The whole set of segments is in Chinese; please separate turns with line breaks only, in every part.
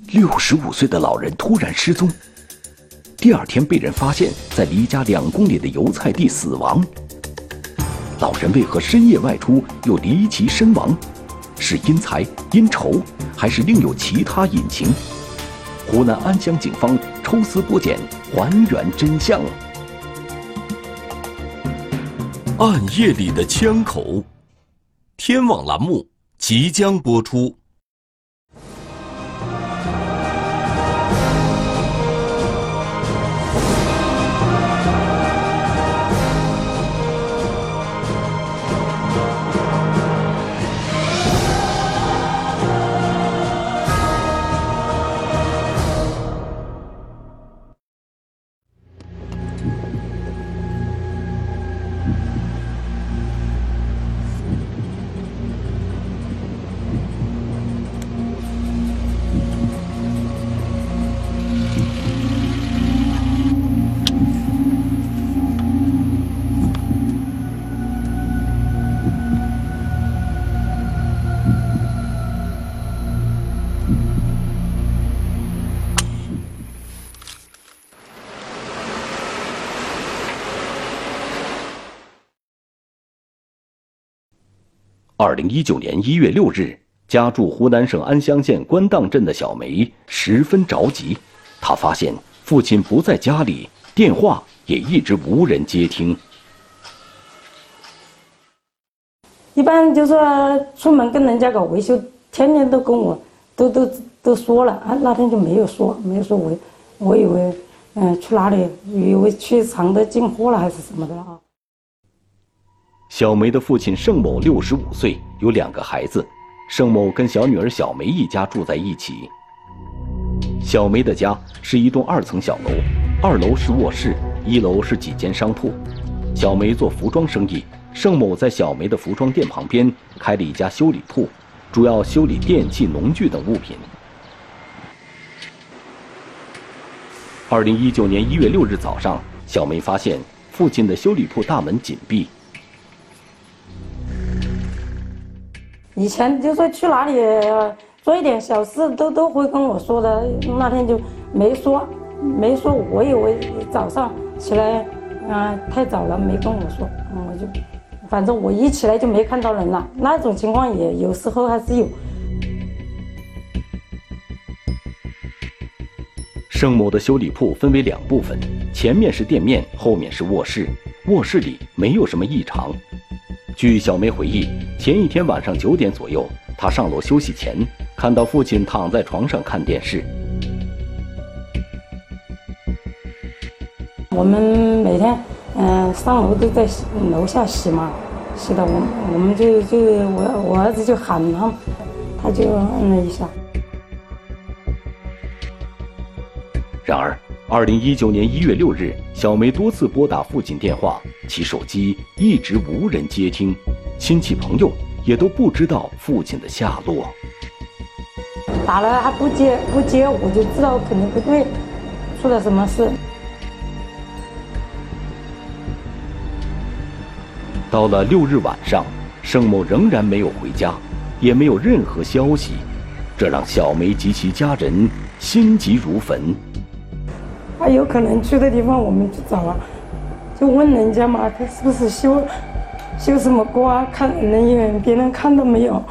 65岁的老人突然失踪，第二天被人发现在离家2公里的油菜地死亡。老人为何深夜外出又离奇身亡？是因财因仇，还是另有其他隐情？湖南安乡警方抽丝剥茧，还原真相。
暗夜里的枪口，天网栏目即将播出。
2019年1月6日，家住湖南省安乡县官荡镇的小梅十分着急，她发现父亲不在家里，电话也一直无人接听。
一般就说出门跟人家搞维修，天天都跟我都说了啊，那天就没有说我以为去哪里，以为去常德进货了还是什么的了啊。
小梅的父亲盛某65岁，有2个孩子。盛某跟小女儿小梅一家住在一起。小梅的家是一栋2层小楼，2楼是卧室，1楼是几间商铺。小梅做服装生意，盛某在小梅的服装店旁边开了一家修理铺，主要修理电器、农具等物品。2019年1月6日早上，小梅发现父亲的修理铺大门紧闭。
以前就说去哪里做一点小事都会跟我说的，那天就没说，我以为早上起来太早了没跟我说，我就反正我一起来就没看到人了，那种情况也有时候还是有。
盛某的修理铺分为2部分，前面是店面，后面是卧室。卧室里没有什么异常。据小梅回忆，前一天晚上9点左右，她上楼休息前，看到父亲躺在床上看电视。
我们每天上楼都在楼下洗嘛，洗的我们就我儿子就喊他就摁了一下。
然而2019年1月6日，小梅多次拨打父亲电话，其手机一直无人接听，亲戚朋友也都不知道父亲的下落。
打了还不接，我就知道肯定不对，出了什么事。
到了6日晚上，盛某仍然没有回家，也没有任何消息，这让小梅及其家人心急如焚。
他有可能去的地方我们去找啊，就问人家嘛，他是不是修什么锅啊？看人员别人看到没有？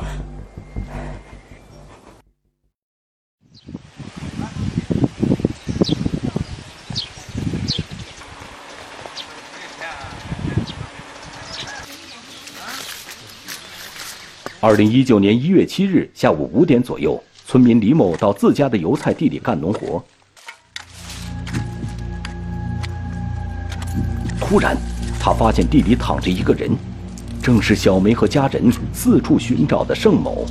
2019年1月7日下午5点左右，村民李某到自家的油菜地里干农活。突然，他发现地里躺着一个人，正是小梅和家人四处寻找的盛某。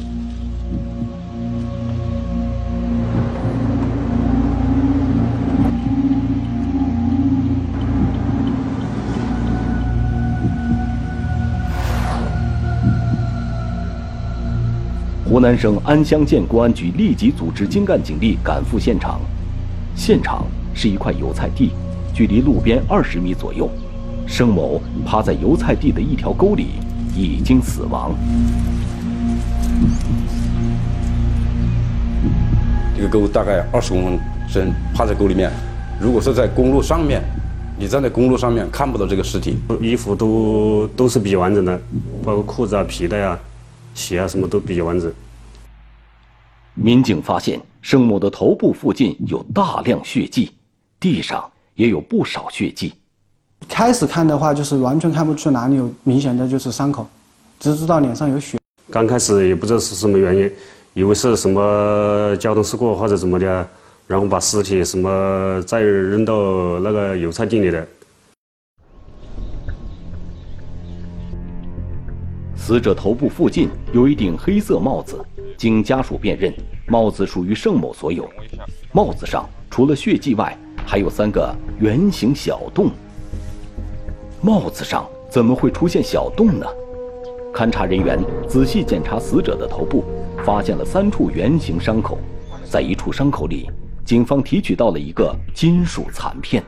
湖南省安乡县公安局立即组织精干警力赶赴现场。现场是一块油菜地，距离路边20米左右。盛某趴在油菜地的一条沟里，已经死亡。
一个沟大概20公分深，趴在沟里面。如果是在公路上面，你站在公路上面看不到这个尸体。
衣服都是比较完整的，包括裤子啊、皮带啊、鞋啊什么都比较完整。
民警发现盛某的头部附近有大量血迹，地上也有不少血迹。
开始看的话，就是完全看不出哪里有明显的就是伤口，只知道脸上有血。
刚开始也不知道是什么原因，以为是什么交通事故或者怎么的，然后把尸体什么再扔到那个油菜地里的。
死者头部附近有一顶黑色帽子，经家属辨认，帽子属于盛某所有。帽子上除了血迹外，还有3个圆形小洞。帽子上怎么会出现小洞呢？勘查人员仔细检查死者的头部，发现了3处圆形伤口，在一处伤口里，警方提取到了一个金属残片。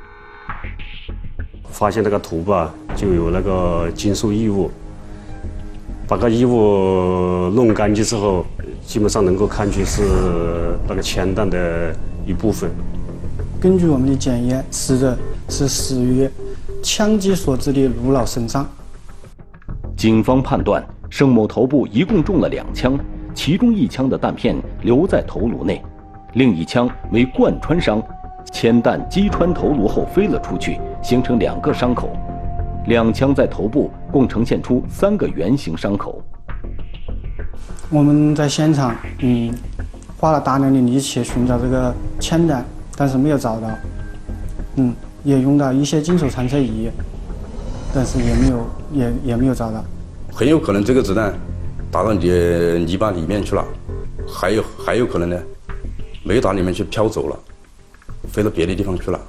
发现那个头部啊，就有那个金属异物。把个异物弄干净之后，基本上能够看出是那个铅弹的一部分。
根据我们的检验，死者是死于枪击所致的颅脑损伤。
警方判断，盛某头部一共中了2枪，其中1枪的弹片留在头颅内，另1枪为贯穿伤，铅弹击穿头颅后飞了出去，形成2个伤口。2枪在头部共呈现出3个圆形伤口。
我们在现场，花了大量的力气寻找这个铅弹，但是没有找到。也用到一些金属探测仪，但是也没有找到。
很有可能这个子弹打到泥巴里面去了，还有可能呢，没打里面去飘走了，飞到别的地方去了。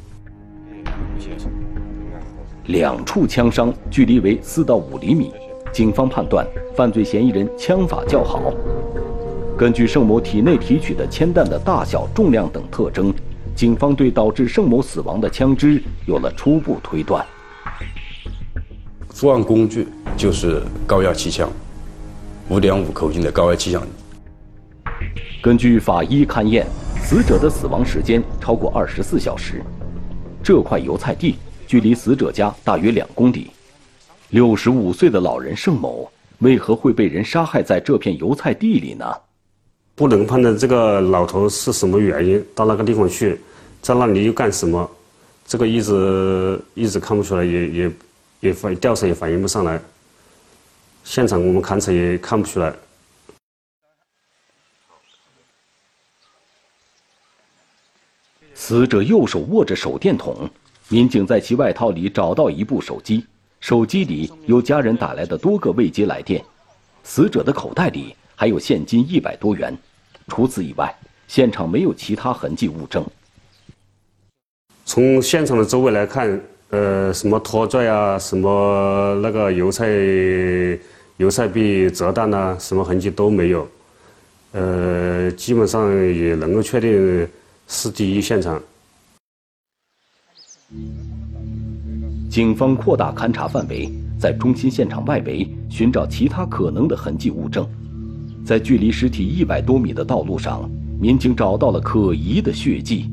2处枪伤距离为4到5厘米，警方判断犯罪嫌疑人枪法较好。根据盛某体内提取的铅弹的大小、重量等特征，警方对导致盛某死亡的枪支有了初步推断。
作案工具就是高压气枪，5.5口径的高压气枪。
根据法医勘验，死者的死亡时间超过24小时。这块油菜地距离死者家大约2公里。65岁的老人盛某为何会被人杀害在这片油菜地里呢？
不能判断这个老头是什么原因到那个地方去，在那里又干什么，这个一直看不出来，调查也反映不上来，现场我们勘查也看不出来。
死者右手握着手电筒，民警在其外套里找到一部手机，手机里有家人打来的多个未接来电，死者的口袋里还有现金100多元。除此以外，现场没有其他痕迹物证。
从现场的周围来看，什么拖拽啊，什么那个油菜币折弹啊，什么痕迹都没有。基本上也能够确定是第一现场。
警方扩大勘查范围，在中心现场外围寻找其他可能的痕迹物证。在距离尸体100多米的道路上，民警找到了可疑的血迹。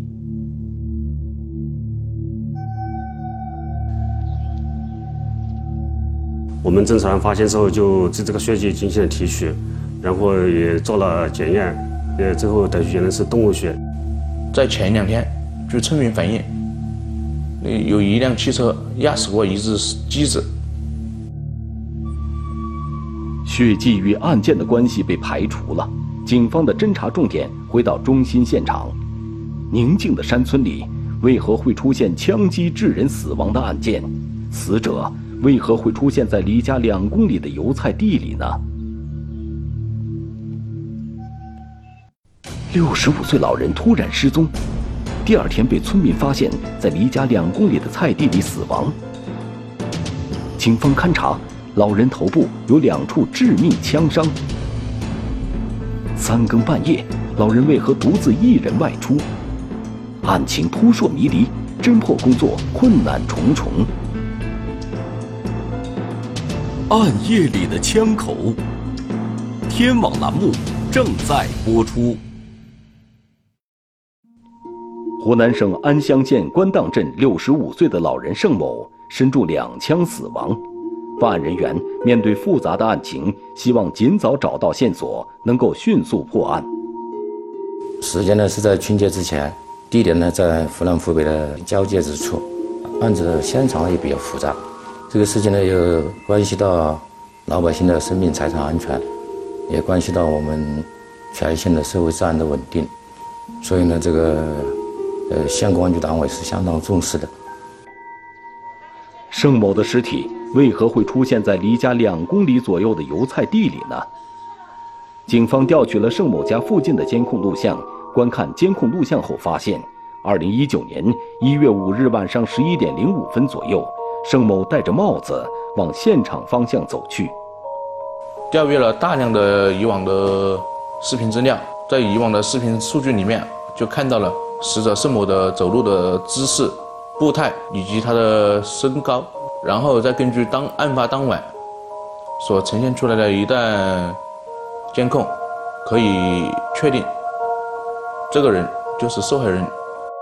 我们侦查员发现之后，就对这个血迹进行了提取，然后也做了检验，最后得出结论是动物血。
在前2天，据村民反映，有一辆汽车压死过一只鸡子。
血迹与案件的关系被排除了，警方的侦查重点回到中心现场。宁静的山村里，为何会出现枪击致人死亡的案件？死者为何会出现在离家2公里的油菜地里呢？65岁老人突然失踪，第2天被村民发现在离家2公里的菜地里死亡。警方勘查，老人头部有2处致命枪伤。3更半夜，老人为何独自1人外出？案情扑朔迷离，侦破工作困难重重。
暗夜里的枪口，天网栏目正在播出。
湖南省安乡县官荡镇65岁的老人盛某身中2枪死亡。办案人员面对复杂的案情，希望尽早找到线索，能够迅速破案。
时间呢是在春节之前，地点呢在湖南湖北的交界之处，案子的现场也比较复杂。这个事情呢又关系到老百姓的生命财产安全，也关系到我们全县的社会治安的稳定，所以呢这个县公安局党委是相当重视的。
盛某的尸体为何会出现在离家2公里左右的油菜地里呢？警方调取了盛某家附近的监控录像，观看监控录像后发现，2019年1月5日晚上11点05分左右，盛某戴着帽子往现场方向走去。
调阅了大量的以往的视频资料，在以往的视频数据里面，就看到了死者盛某的走路的姿势、步态以及他的身高，然后再根据案发当晚所呈现出来的一段监控，可以确定这个人就是受害人。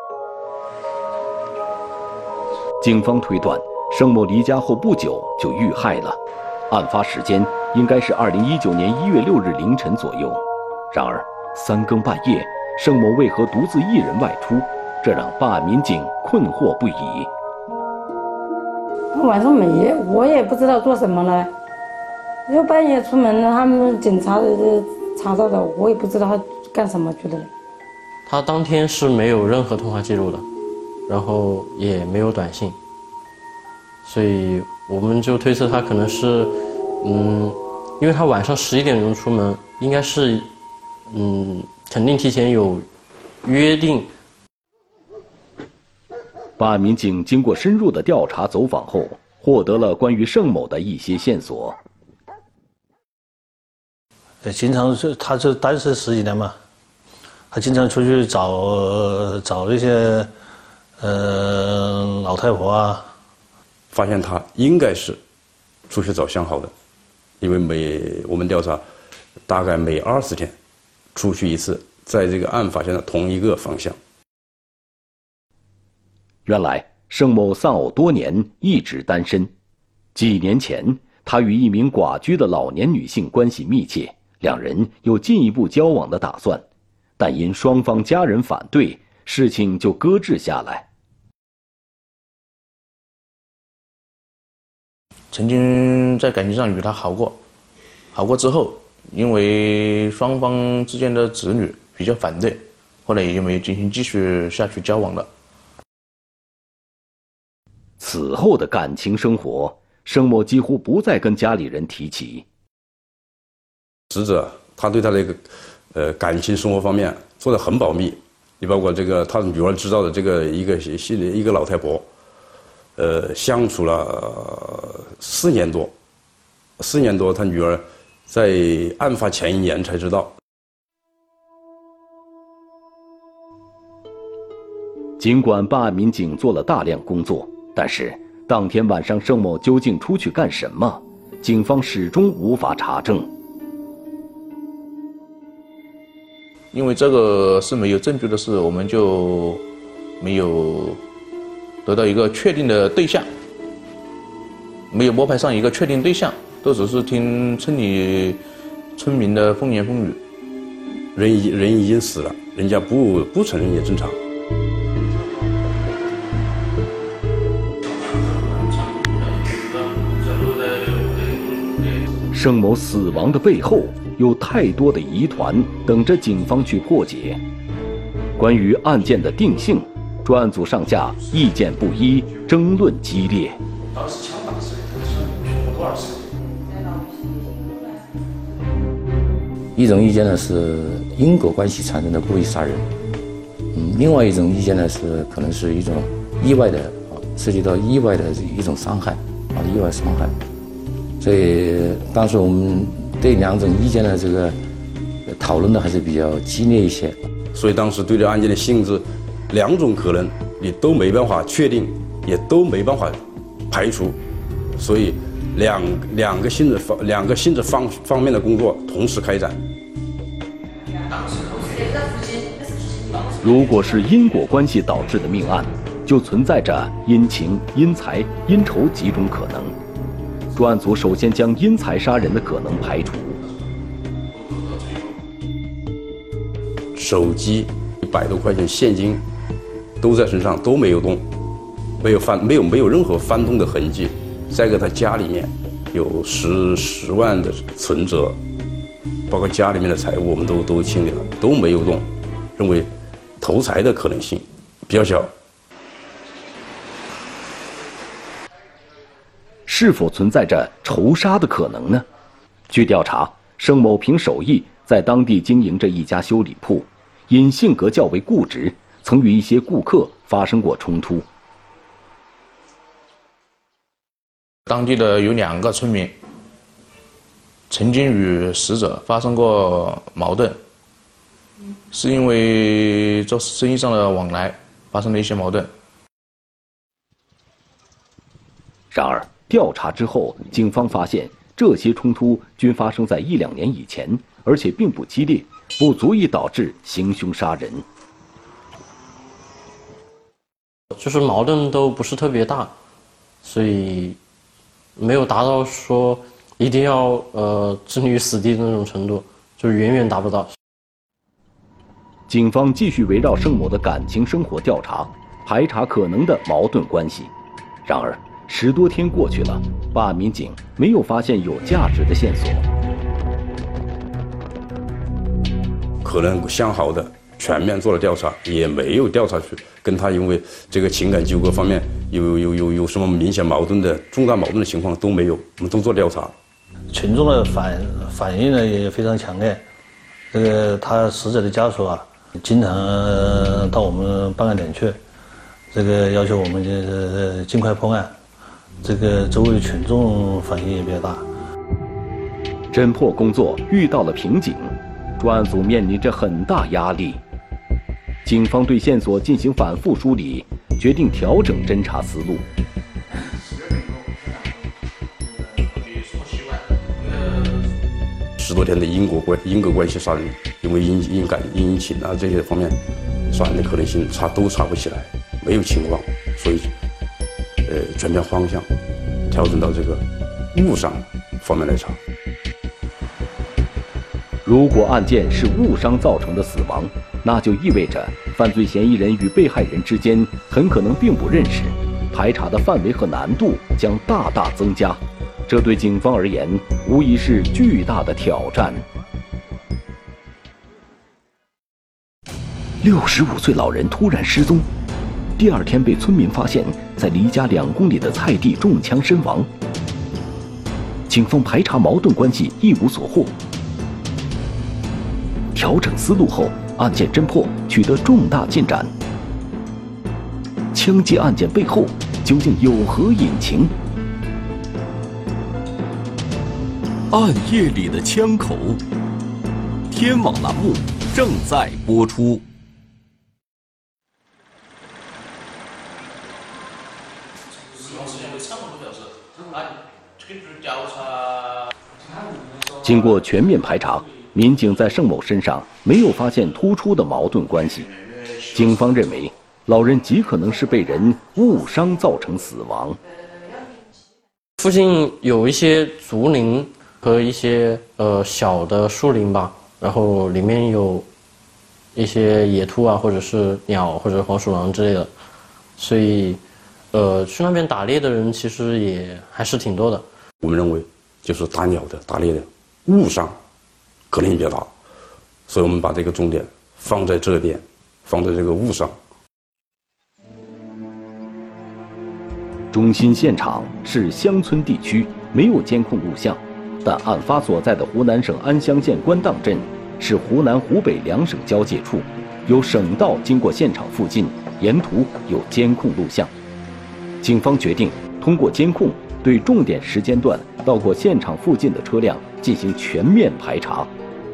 警方推断，盛某离家后不久就遇害了，案发时间应该是2019年1月6日凌晨左右。然而3更半夜，盛某为何独自一人外出？这让办案民警困惑不已。
晚上我也不知道做什么了，又半夜出门，他们警察查到的，我也不知道他干什么去了。
他当天是没有任何通话记录的，然后也没有短信，所以我们就推测他可能是，因为他晚上11点钟出门，应该是，肯定提前有约定。
办案民警经过深入的调查走访后，获得了关于盛某的一些线索。
经常是他这单身10几年嘛，他经常出去找那些老太婆啊。
发现他应该是出去找相好的，因为我们调查，大概每20天出去一次，在这个案发现的同一个方向。
原来盛某丧偶多年，一直单身。几年前，他与一名寡居的老年女性关系密切，两人有进一步交往的打算，但因双方家人反对，事情就搁置下来。
曾经在感情上与他好过之后，因为双方之间的子女比较反对，后来也就没有继续下去交往了。
此后的感情生活，盛某几乎不再跟家里人提起。
死者他对他的一个感情生活方面做得很保密，你包括这个他女儿知道的这个一个老太婆，相处了4年多，4年多，他女儿在案发前1年才知道。
尽管办案民警做了大量工作，但是当天晚上盛某究竟出去干什么，警方始终无法查证。
因为这个是没有证据的事，我们就没有得到一个确定的对象，没有摸排上一个确定对象，都只是听村里村民的风言风语。
人已经死了，人家不承认也正常。
盛某死亡的背后有太多的疑团等着警方去破解。关于案件的定性，专案组上下意见不一，争论激烈。
当时枪打死人是多少次？
一种意见呢是因果关系产生的故意杀人，另外一种意见呢是可能是一种意外的，涉及到意外的一种伤害，意外伤害。所以当时我们对2种意见的这个讨论的还是比较激烈一些。
所以当时对这案件的性质，2种可能你都没办法确定，也都没办法排除，所以两个性质方面的工作同时开展。当时都是在附近，
如果是因果关系导致的命案，就存在着因情、因财、因仇几种可能。专案组首先将因财杀人的可能排除。
手机100多块钱现金都在身上，都没有动，没有任何翻动的痕迹。再一个，他家里面有10万的存折，包括家里面的财物我们都清理了，都没有动，认为投财的可能性比较小。
是否存在着仇杀的可能呢？据调查，盛某凭手艺在当地经营着一家修理铺，因性格较为固执，曾与一些顾客发生过冲突。
当地的有2个村民曾经与死者发生过矛盾，是因为做生意上的往来发生了一些矛盾。
然而调查之后，警方发现这些冲突均发生在1、2年以前，而且并不激烈，不足以导致行凶杀人。
就是矛盾都不是特别大，所以没有达到说一定要置你于死地的那种程度，就远远达不到。
警方继续围绕盛某的感情生活调查，排查可能的矛盾关系。然而10多天过去了，办案民警没有发现有价值的线索。
可能相好的全面做了调查，也没有调查出跟他因为这个情感纠葛方面有什么明显矛盾的重大矛盾的情况都没有，我们都做调查。
群众的反应呢也非常强烈，这个他死者的家属啊，经常到我们办案点去，这个要求我们就是尽快破案。这个周围群众反应也比较大。
侦破工作遇到了瓶颈，专案组面临着很大压力。警方对线索进行反复梳理，决定调整侦查思路。
10多天的因果关系杀人，因为因情啊这些方面杀人的可能性都查不起来，没有情况，所以转变方向，调整到这个误伤方面来查。
如果案件是误伤造成的死亡，那就意味着犯罪嫌疑人与被害人之间很可能并不认识，排查的范围和难度将大大增加，这对警方而言无疑是巨大的挑战。65岁老人突然失踪，第2天被村民发现在离家2公里的菜地中枪身亡。警方排查矛盾关系一无所获。调整思路后，案件侦破取得重大进展。枪击案件背后究竟有何隐情？
暗夜里的枪口，天网栏目正在播出。
经过全面排查，民警在盛某身上没有发现突出的矛盾关系。警方认为，老人极可能是被人误伤造成死亡。
附近有一些竹林和一些小的树林吧，然后里面有一些野兔啊，或者是鸟或者黄鼠狼之类的，所以去那边打猎的人其实也还是挺多的。
我们认为就是打鸟的、打猎的误伤可能性比较大，所以我们把这个重点放在这边，放在这个误伤。
中心现场是乡村地区，没有监控录像，但案发所在的湖南省安乡县官荡镇是湖南湖北2省交界处，有省道经过现场附近，沿途有监控录像。警方决定通过监控对重点时间段到过现场附近的车辆进行全面排查。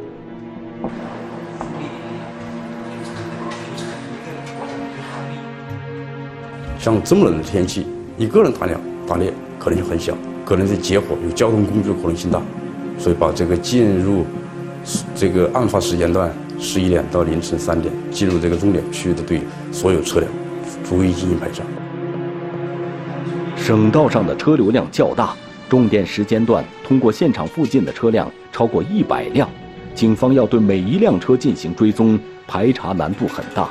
像这么冷的天气，一个人打猎可能性很小，可能是结伙有交通工具的可能性大，所以把这个进入这个案发时间段 11点到凌晨3点进入这个重点区域的对所有车辆逐一进行排查。
省道上的车流量较大，重点时间段通过现场附近的车辆超过100辆，警方要对每一辆车进行追踪，排查难度很大。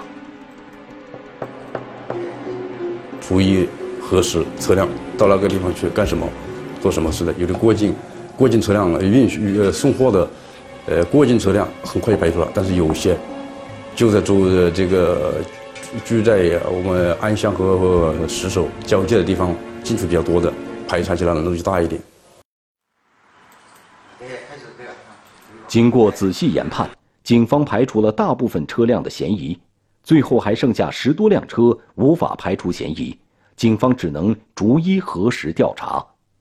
逐一核实车辆到那个地方去干什么、做什么事的。有的过境车辆送货的，过境车辆很快就排除了，但是有些就在居在我们安乡和石首交界的地方进出比较多的，排查起来难度就大一点。
经过仔细研判，警方排除了大部分车辆的嫌疑，最后还剩下10多辆车无法排除嫌疑，警方只能逐一核实调查。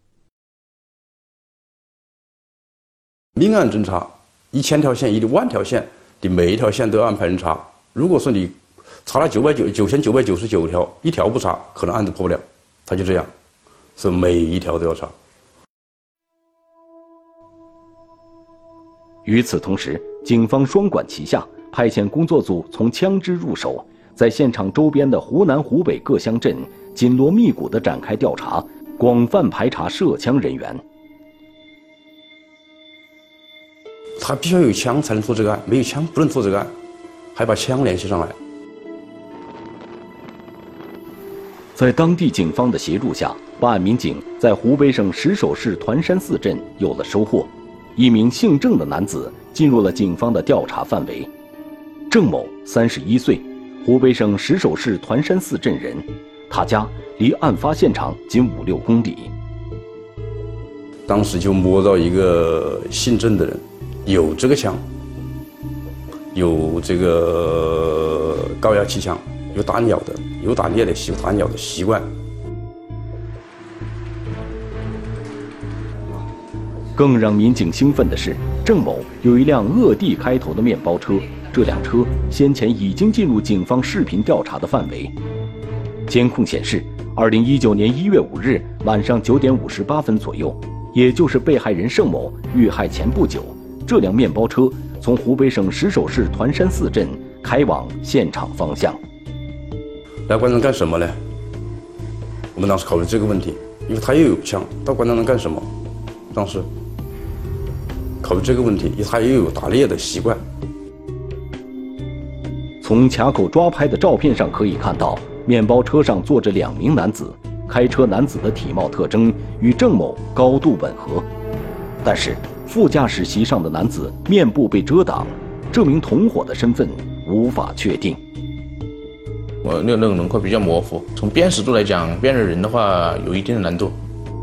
命案侦查，1000条线、10000条线，你每一条线都要安排人查。如果说你查了9999条，一条不查，可能案子破不了。他就这样，所以每一条都要查。
与此同时，警方双管齐下，派遣工作组从枪支入手，在现场周边的湖南、湖北各乡镇紧锣密鼓地展开调查，广泛排查涉枪人员。
他必须要有枪才能做这个案，没有枪不能做这个案，还把枪联系上来。
在当地警方的协助下，办案民警在湖北省石首市团山寺镇有了收获。一名姓郑的男子进入了警方的调查范围。郑某31岁，湖北省石首市团山寺镇人，他家离案发现场仅5-6公里。
当时就摸到一个姓郑的人，有这个枪，有这个高压气枪，有打鸟的，有打猎的打鸟的习惯。
更让民警兴奋的是，郑某有一辆鄂 D 开头的面包车，这辆车先前已经进入警方视频调查的范围。监控显示，2019年1月5日晚上9点58分左右，也就是被害人盛某遇害前不久，这辆面包车从湖北省石首市团山寺镇开往现场方向。
来关张干什么呢？我们当时考虑这个问题，因为他又有枪，到关张能干什么？当时考虑这个问题，因为他也有打猎的习惯。
从卡口抓拍的照片上可以看到，面包车上坐着2名男子，开车男子的体貌特征与郑某高度吻合，但是副驾驶席上的男子面部被遮挡，这名同伙的身份无法确定。
那个轮廓比较模糊，从辨识度来讲，辨认人的话有一定的难度。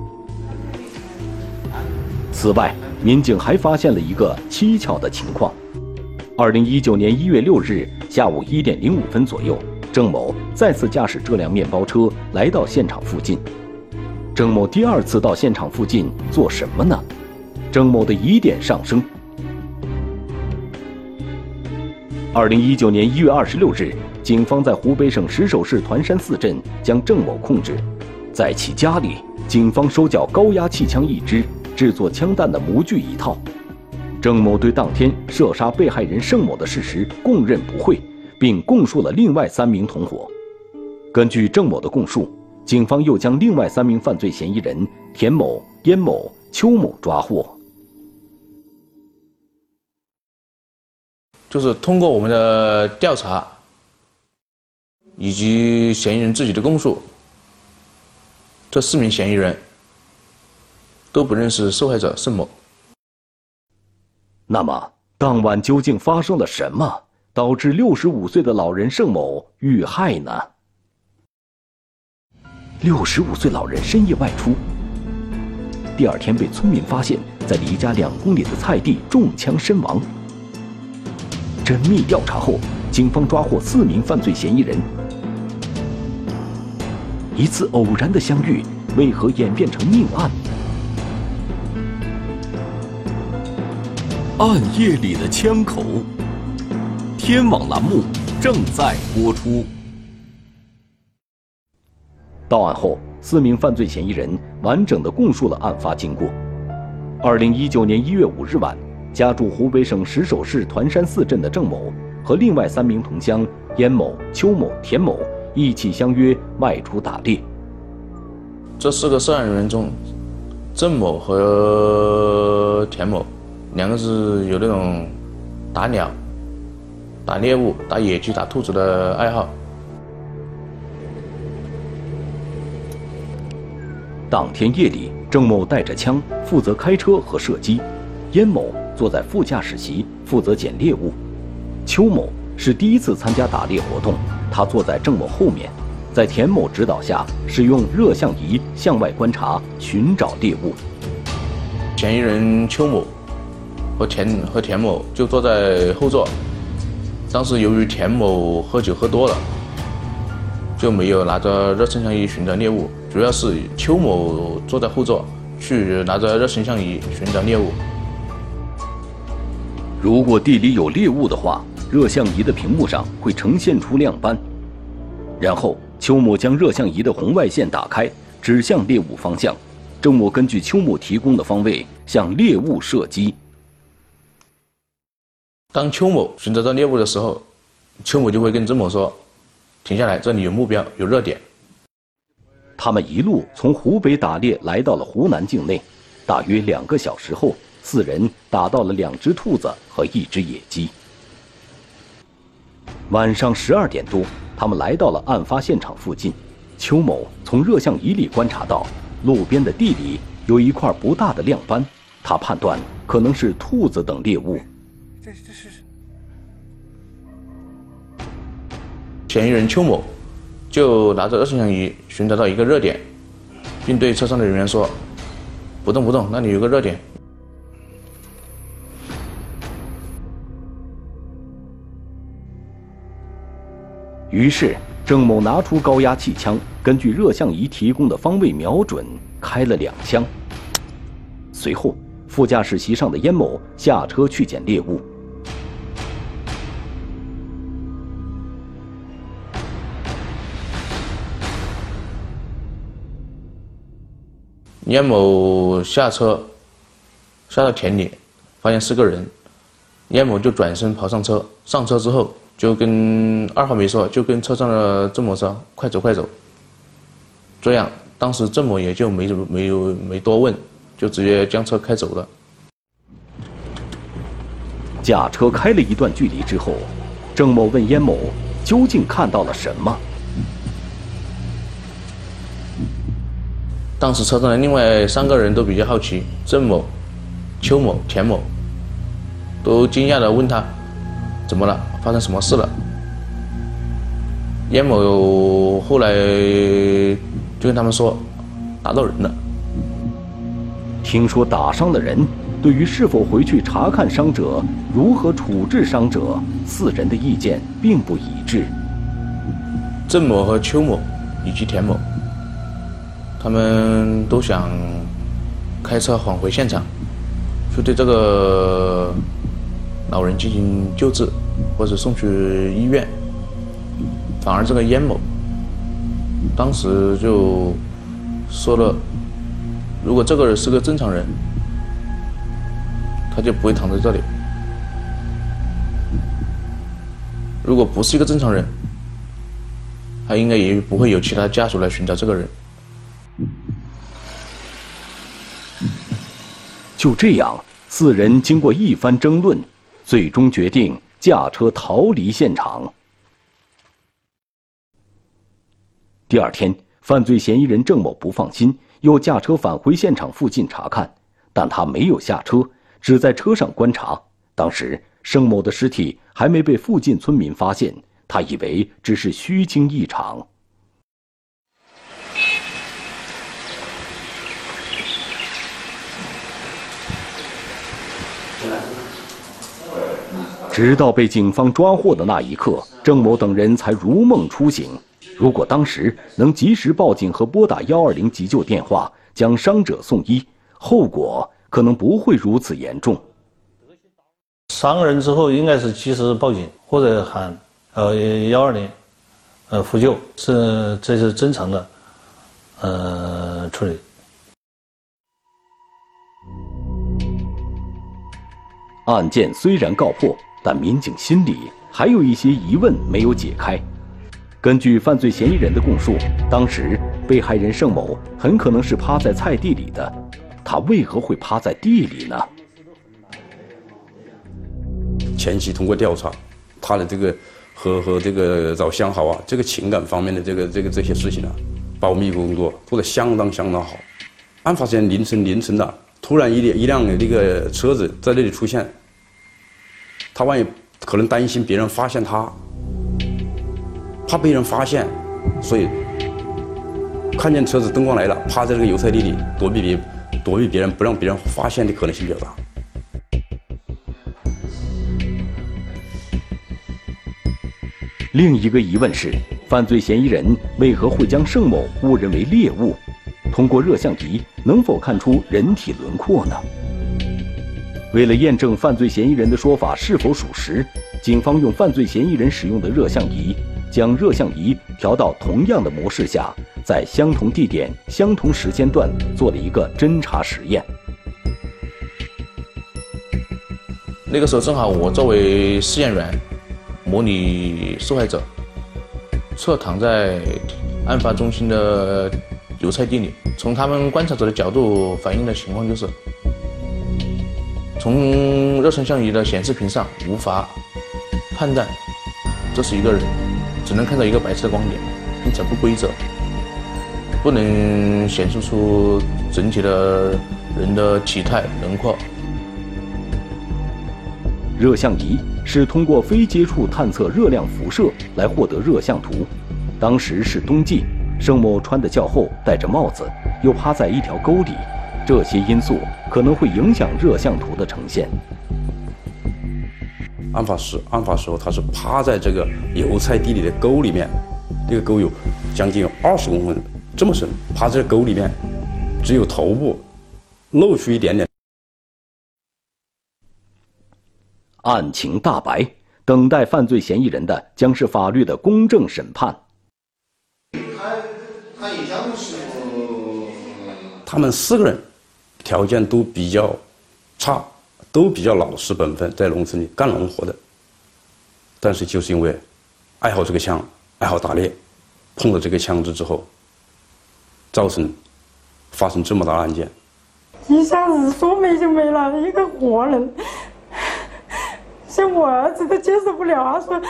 此外，民警还发现了一个蹊跷的情况。2019年1月6日下午1点05分左右，郑某再次驾驶这辆面包车来到现场附近。郑某第2次到现场附近做什么呢？郑某的疑点上升。2019年1月26日，警方在湖北省石首市团山寺镇将郑某控制，在其家里，警方收缴高压气枪1支，制作枪弹的模具1套。郑某对当天射杀被害人盛某的事实供认不讳，并供述了另外3名同伙。根据郑某的供述，警方又将另外3名犯罪嫌疑人田某、燕某、邱某抓获。
就是通过我们的调查，以及嫌疑人自己的供述，这4名嫌疑人都不认识受害者盛某。
那么，当晚究竟发生了什么，导致65岁的老人盛某遇害呢？65岁老人深夜外出，第2天被村民发现，在离家2公里的菜地中枪身亡。缜密调查后，警方抓获4名犯罪嫌疑人。一次偶然的相遇，为何演变成命案？
暗夜里的枪口，天网栏目正在播出。
到案后，4名犯罪嫌疑人完整地供述了案发经过。2019年1月5日晚， 家住湖北省石首市团山4镇的郑某和另外3名同乡燕某、邱某、田某一起相约外出打猎。
这4个涉案人员中，郑某和田某2个是有那种打鸟、打猎物、打野鸡、打兔子的爱好。
当天夜里，郑某带着枪负责开车和射击，燕某坐在副驾驶席负责捡猎物，邱某是第一次参加打猎活动，他坐在郑某后面，在田某指导下使用热像仪向外观察寻找猎物。
嫌疑人邱某和田某就坐在后座，当时由于田某喝酒喝多了，就没有拿着热成像仪寻找猎物，主要是邱某坐在后座去拿着热成像仪寻找猎物。
如果地里有猎物的话，热像仪的屏幕上会呈现出亮斑，然后邱某将热像仪的红外线打开，指向猎物方向，郑某根据邱某提供的方位向猎物射击。
当邱某寻找到猎物的时候，邱某就会跟郑某说：“停下来，这里有目标，有热点。”
他们一路从湖北打猎来到了湖南境内，大约2个小时后，4人打到了2只兔子和1只野鸡。晚上12点多，他们来到了案发现场附近。邱某从热像仪里观察到，路边的地里有一块不大的亮斑，他判断可能是兔子等猎物。
嫌疑人邱某就拿着热成像仪寻找到一个热点，并对车上的人员说：“不动不动，那里有个热点。”
于是郑某拿出高压气枪，根据热像仪提供的方位瞄准，开了2枪。随后，副驾驶席上的燕某下车去捡猎物。
燕某下车，下到田里，发现是个人，燕某就转身跑上车。上车之后，就跟2话没说，就跟车上的郑某说：“快走，快走。”这样，当时郑某也就没多问，就直接将车开走了。
驾车开了一段距离之后，郑某问燕某究竟看到了什么。
当时车上的另外3个人都比较好奇，郑某、邱某、田某都惊讶地问他：“怎么了？发生什么事了？”燕某后来就跟他们说：“打到人了。”
听说打伤了人，对于是否回去查看伤者、如何处置伤者，4人的意见并不一致。
郑某和邱某以及田某，他们都想开车返回现场，去对这个老人进行救治，或者送去医院。反而这个燕某当时就说了，如果这个人是个正常人，他就不会躺在这里；如果不是一个正常人，他应该也不会有其他家属来寻找这个人。
就这样，4人经过一番争论，最终决定驾车逃离现场。第2天，犯罪嫌疑人郑某不放心，又驾车返回现场附近查看，但他没有下车，只在车上观察。当时盛某的尸体还没被附近村民发现，他以为只是虚惊一场。直到被警方抓获的那一刻，郑某等人才如梦初醒。如果当时能及时报警和拨打120急救电话，将伤者送医，后果可能不会如此严重。
伤人之后应该是及时报警或者喊120呼救，这是正常的处理。
案件虽然告破，但民警心里还有一些疑问没有解开。根据犯罪嫌疑人的供述，当时被害人盛某很可能是趴在菜地里的，他为何会趴在地里呢？
前期通过调查，他的这个和这个找相好啊，这个情感方面的这些事情啊，保密工作做得相当好。案发时间凌晨的，突然一辆那个车子在那里出现，他万一可能担心别人发现他，怕被人发现，所以看见车子灯光来了，趴在这个油菜地里躲避别人，不让别人发现的可能性比较大。
另一个疑问是，犯罪嫌疑人为何会将盛某误认为猎物？通过热像仪能否看出人体轮廓呢？为了验证犯罪嫌疑人的说法是否属实，警方用犯罪嫌疑人使用的热像仪，将热像仪调到同样的模式下，在相同地点、相同时间段做了一个侦查实验。
那个时候正好我作为试验员，模拟受害者侧躺在案发中心的油菜地里，从他们观察者的角度反映的情况就是，从热成像仪的显示屏上无法判断这是一个人，只能看到一个白色的光点，并且不规则，不能显示出整体的人的体态轮廓。
热像仪是通过非接触探测热量辐射来获得热像图。当时是冬季，盛某穿得较厚，戴着帽子，又趴在一条沟里，这些因素可能会影响热像图的呈现。
案发时候，他是趴在这个油菜地里的沟里面，这个沟有将近20公分这么深，趴在沟里面，只有头部露出一点点。
案情大白，等待犯罪嫌疑人的将是法律的公正审判。
他们4个人条件都比较差，都比较老实本分，在农村里干农活的，但是就是因为爱好这个枪，爱好打猎，碰了这个枪支之后，发生这么大的案件，
一下子说没就没了，一个活人。像我儿子都接受不了，他说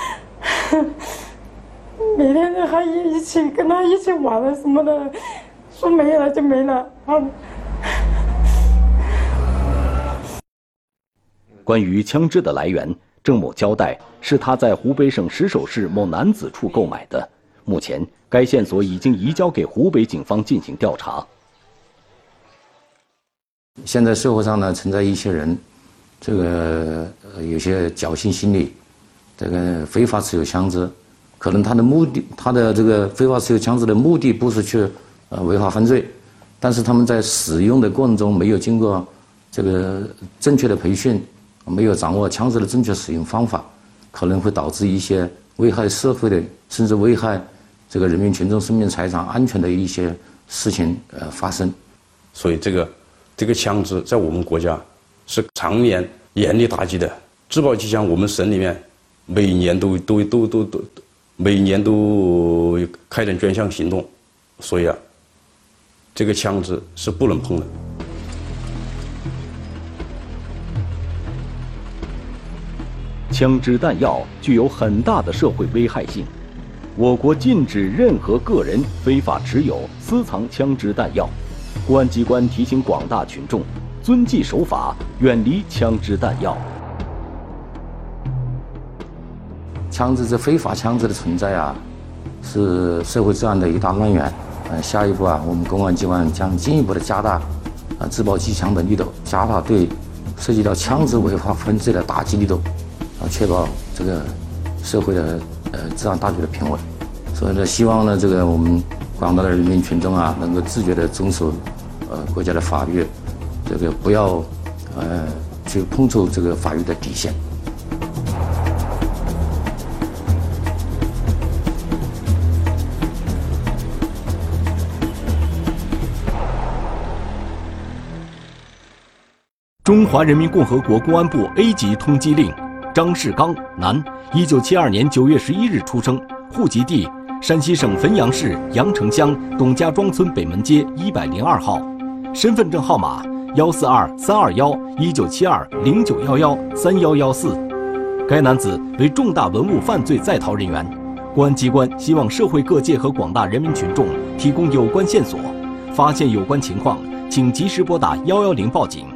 每天还一起跟他一起玩了什么的，说没了就没了。
关于枪支的来源，郑某交代是他在湖北省石首市某男子处购买的。目前，该线索已经移交给湖北警方进行调查。
现在社会上呢，存在一些人，这个有些侥幸心理，这个非法持有枪支，可能他的这个非法持有枪支的目的不是去违法犯罪，但是他们在使用的过程中没有经过这个正确的培训，没有掌握枪支的正确使用方法，可能会导致一些危害社会的，甚至危害这个人民群众生命财产安全的一些事情发生。
所以这个枪支在我们国家是常年严厉打击的。自保机枪我们省里面每年都开展捐项行动，所以这个枪支是不能碰的。
枪支弹药具有很大的社会危害性，我国禁止任何个人非法持有、私藏枪支弹药。公安机关提醒广大群众遵纪守法，远离枪支弹药。
枪支非法枪支的存在是社会治安的一大乱源。下一步我们公安机关将进一步的加大自保机枪的力度，加大对涉及到枪支违法犯罪的打击力度，确保这个社会的治安大局的平稳。所以呢，希望呢，这个我们广大的人民群众能够自觉地遵守国家的法律，这个不要去碰触这个法律的底线。
中华人民共和国公安部 A 级通缉令：张世刚，男，1972年9月11日出生，户籍地山西省汾阳市阳城乡董家庄村北门街102号，身份证号码142-321-1972-0911-3114。该男子为重大文物犯罪在逃人员。公安机关希望社会各界和广大人民群众提供有关线索，发现有关情况，请及时拨打110报警。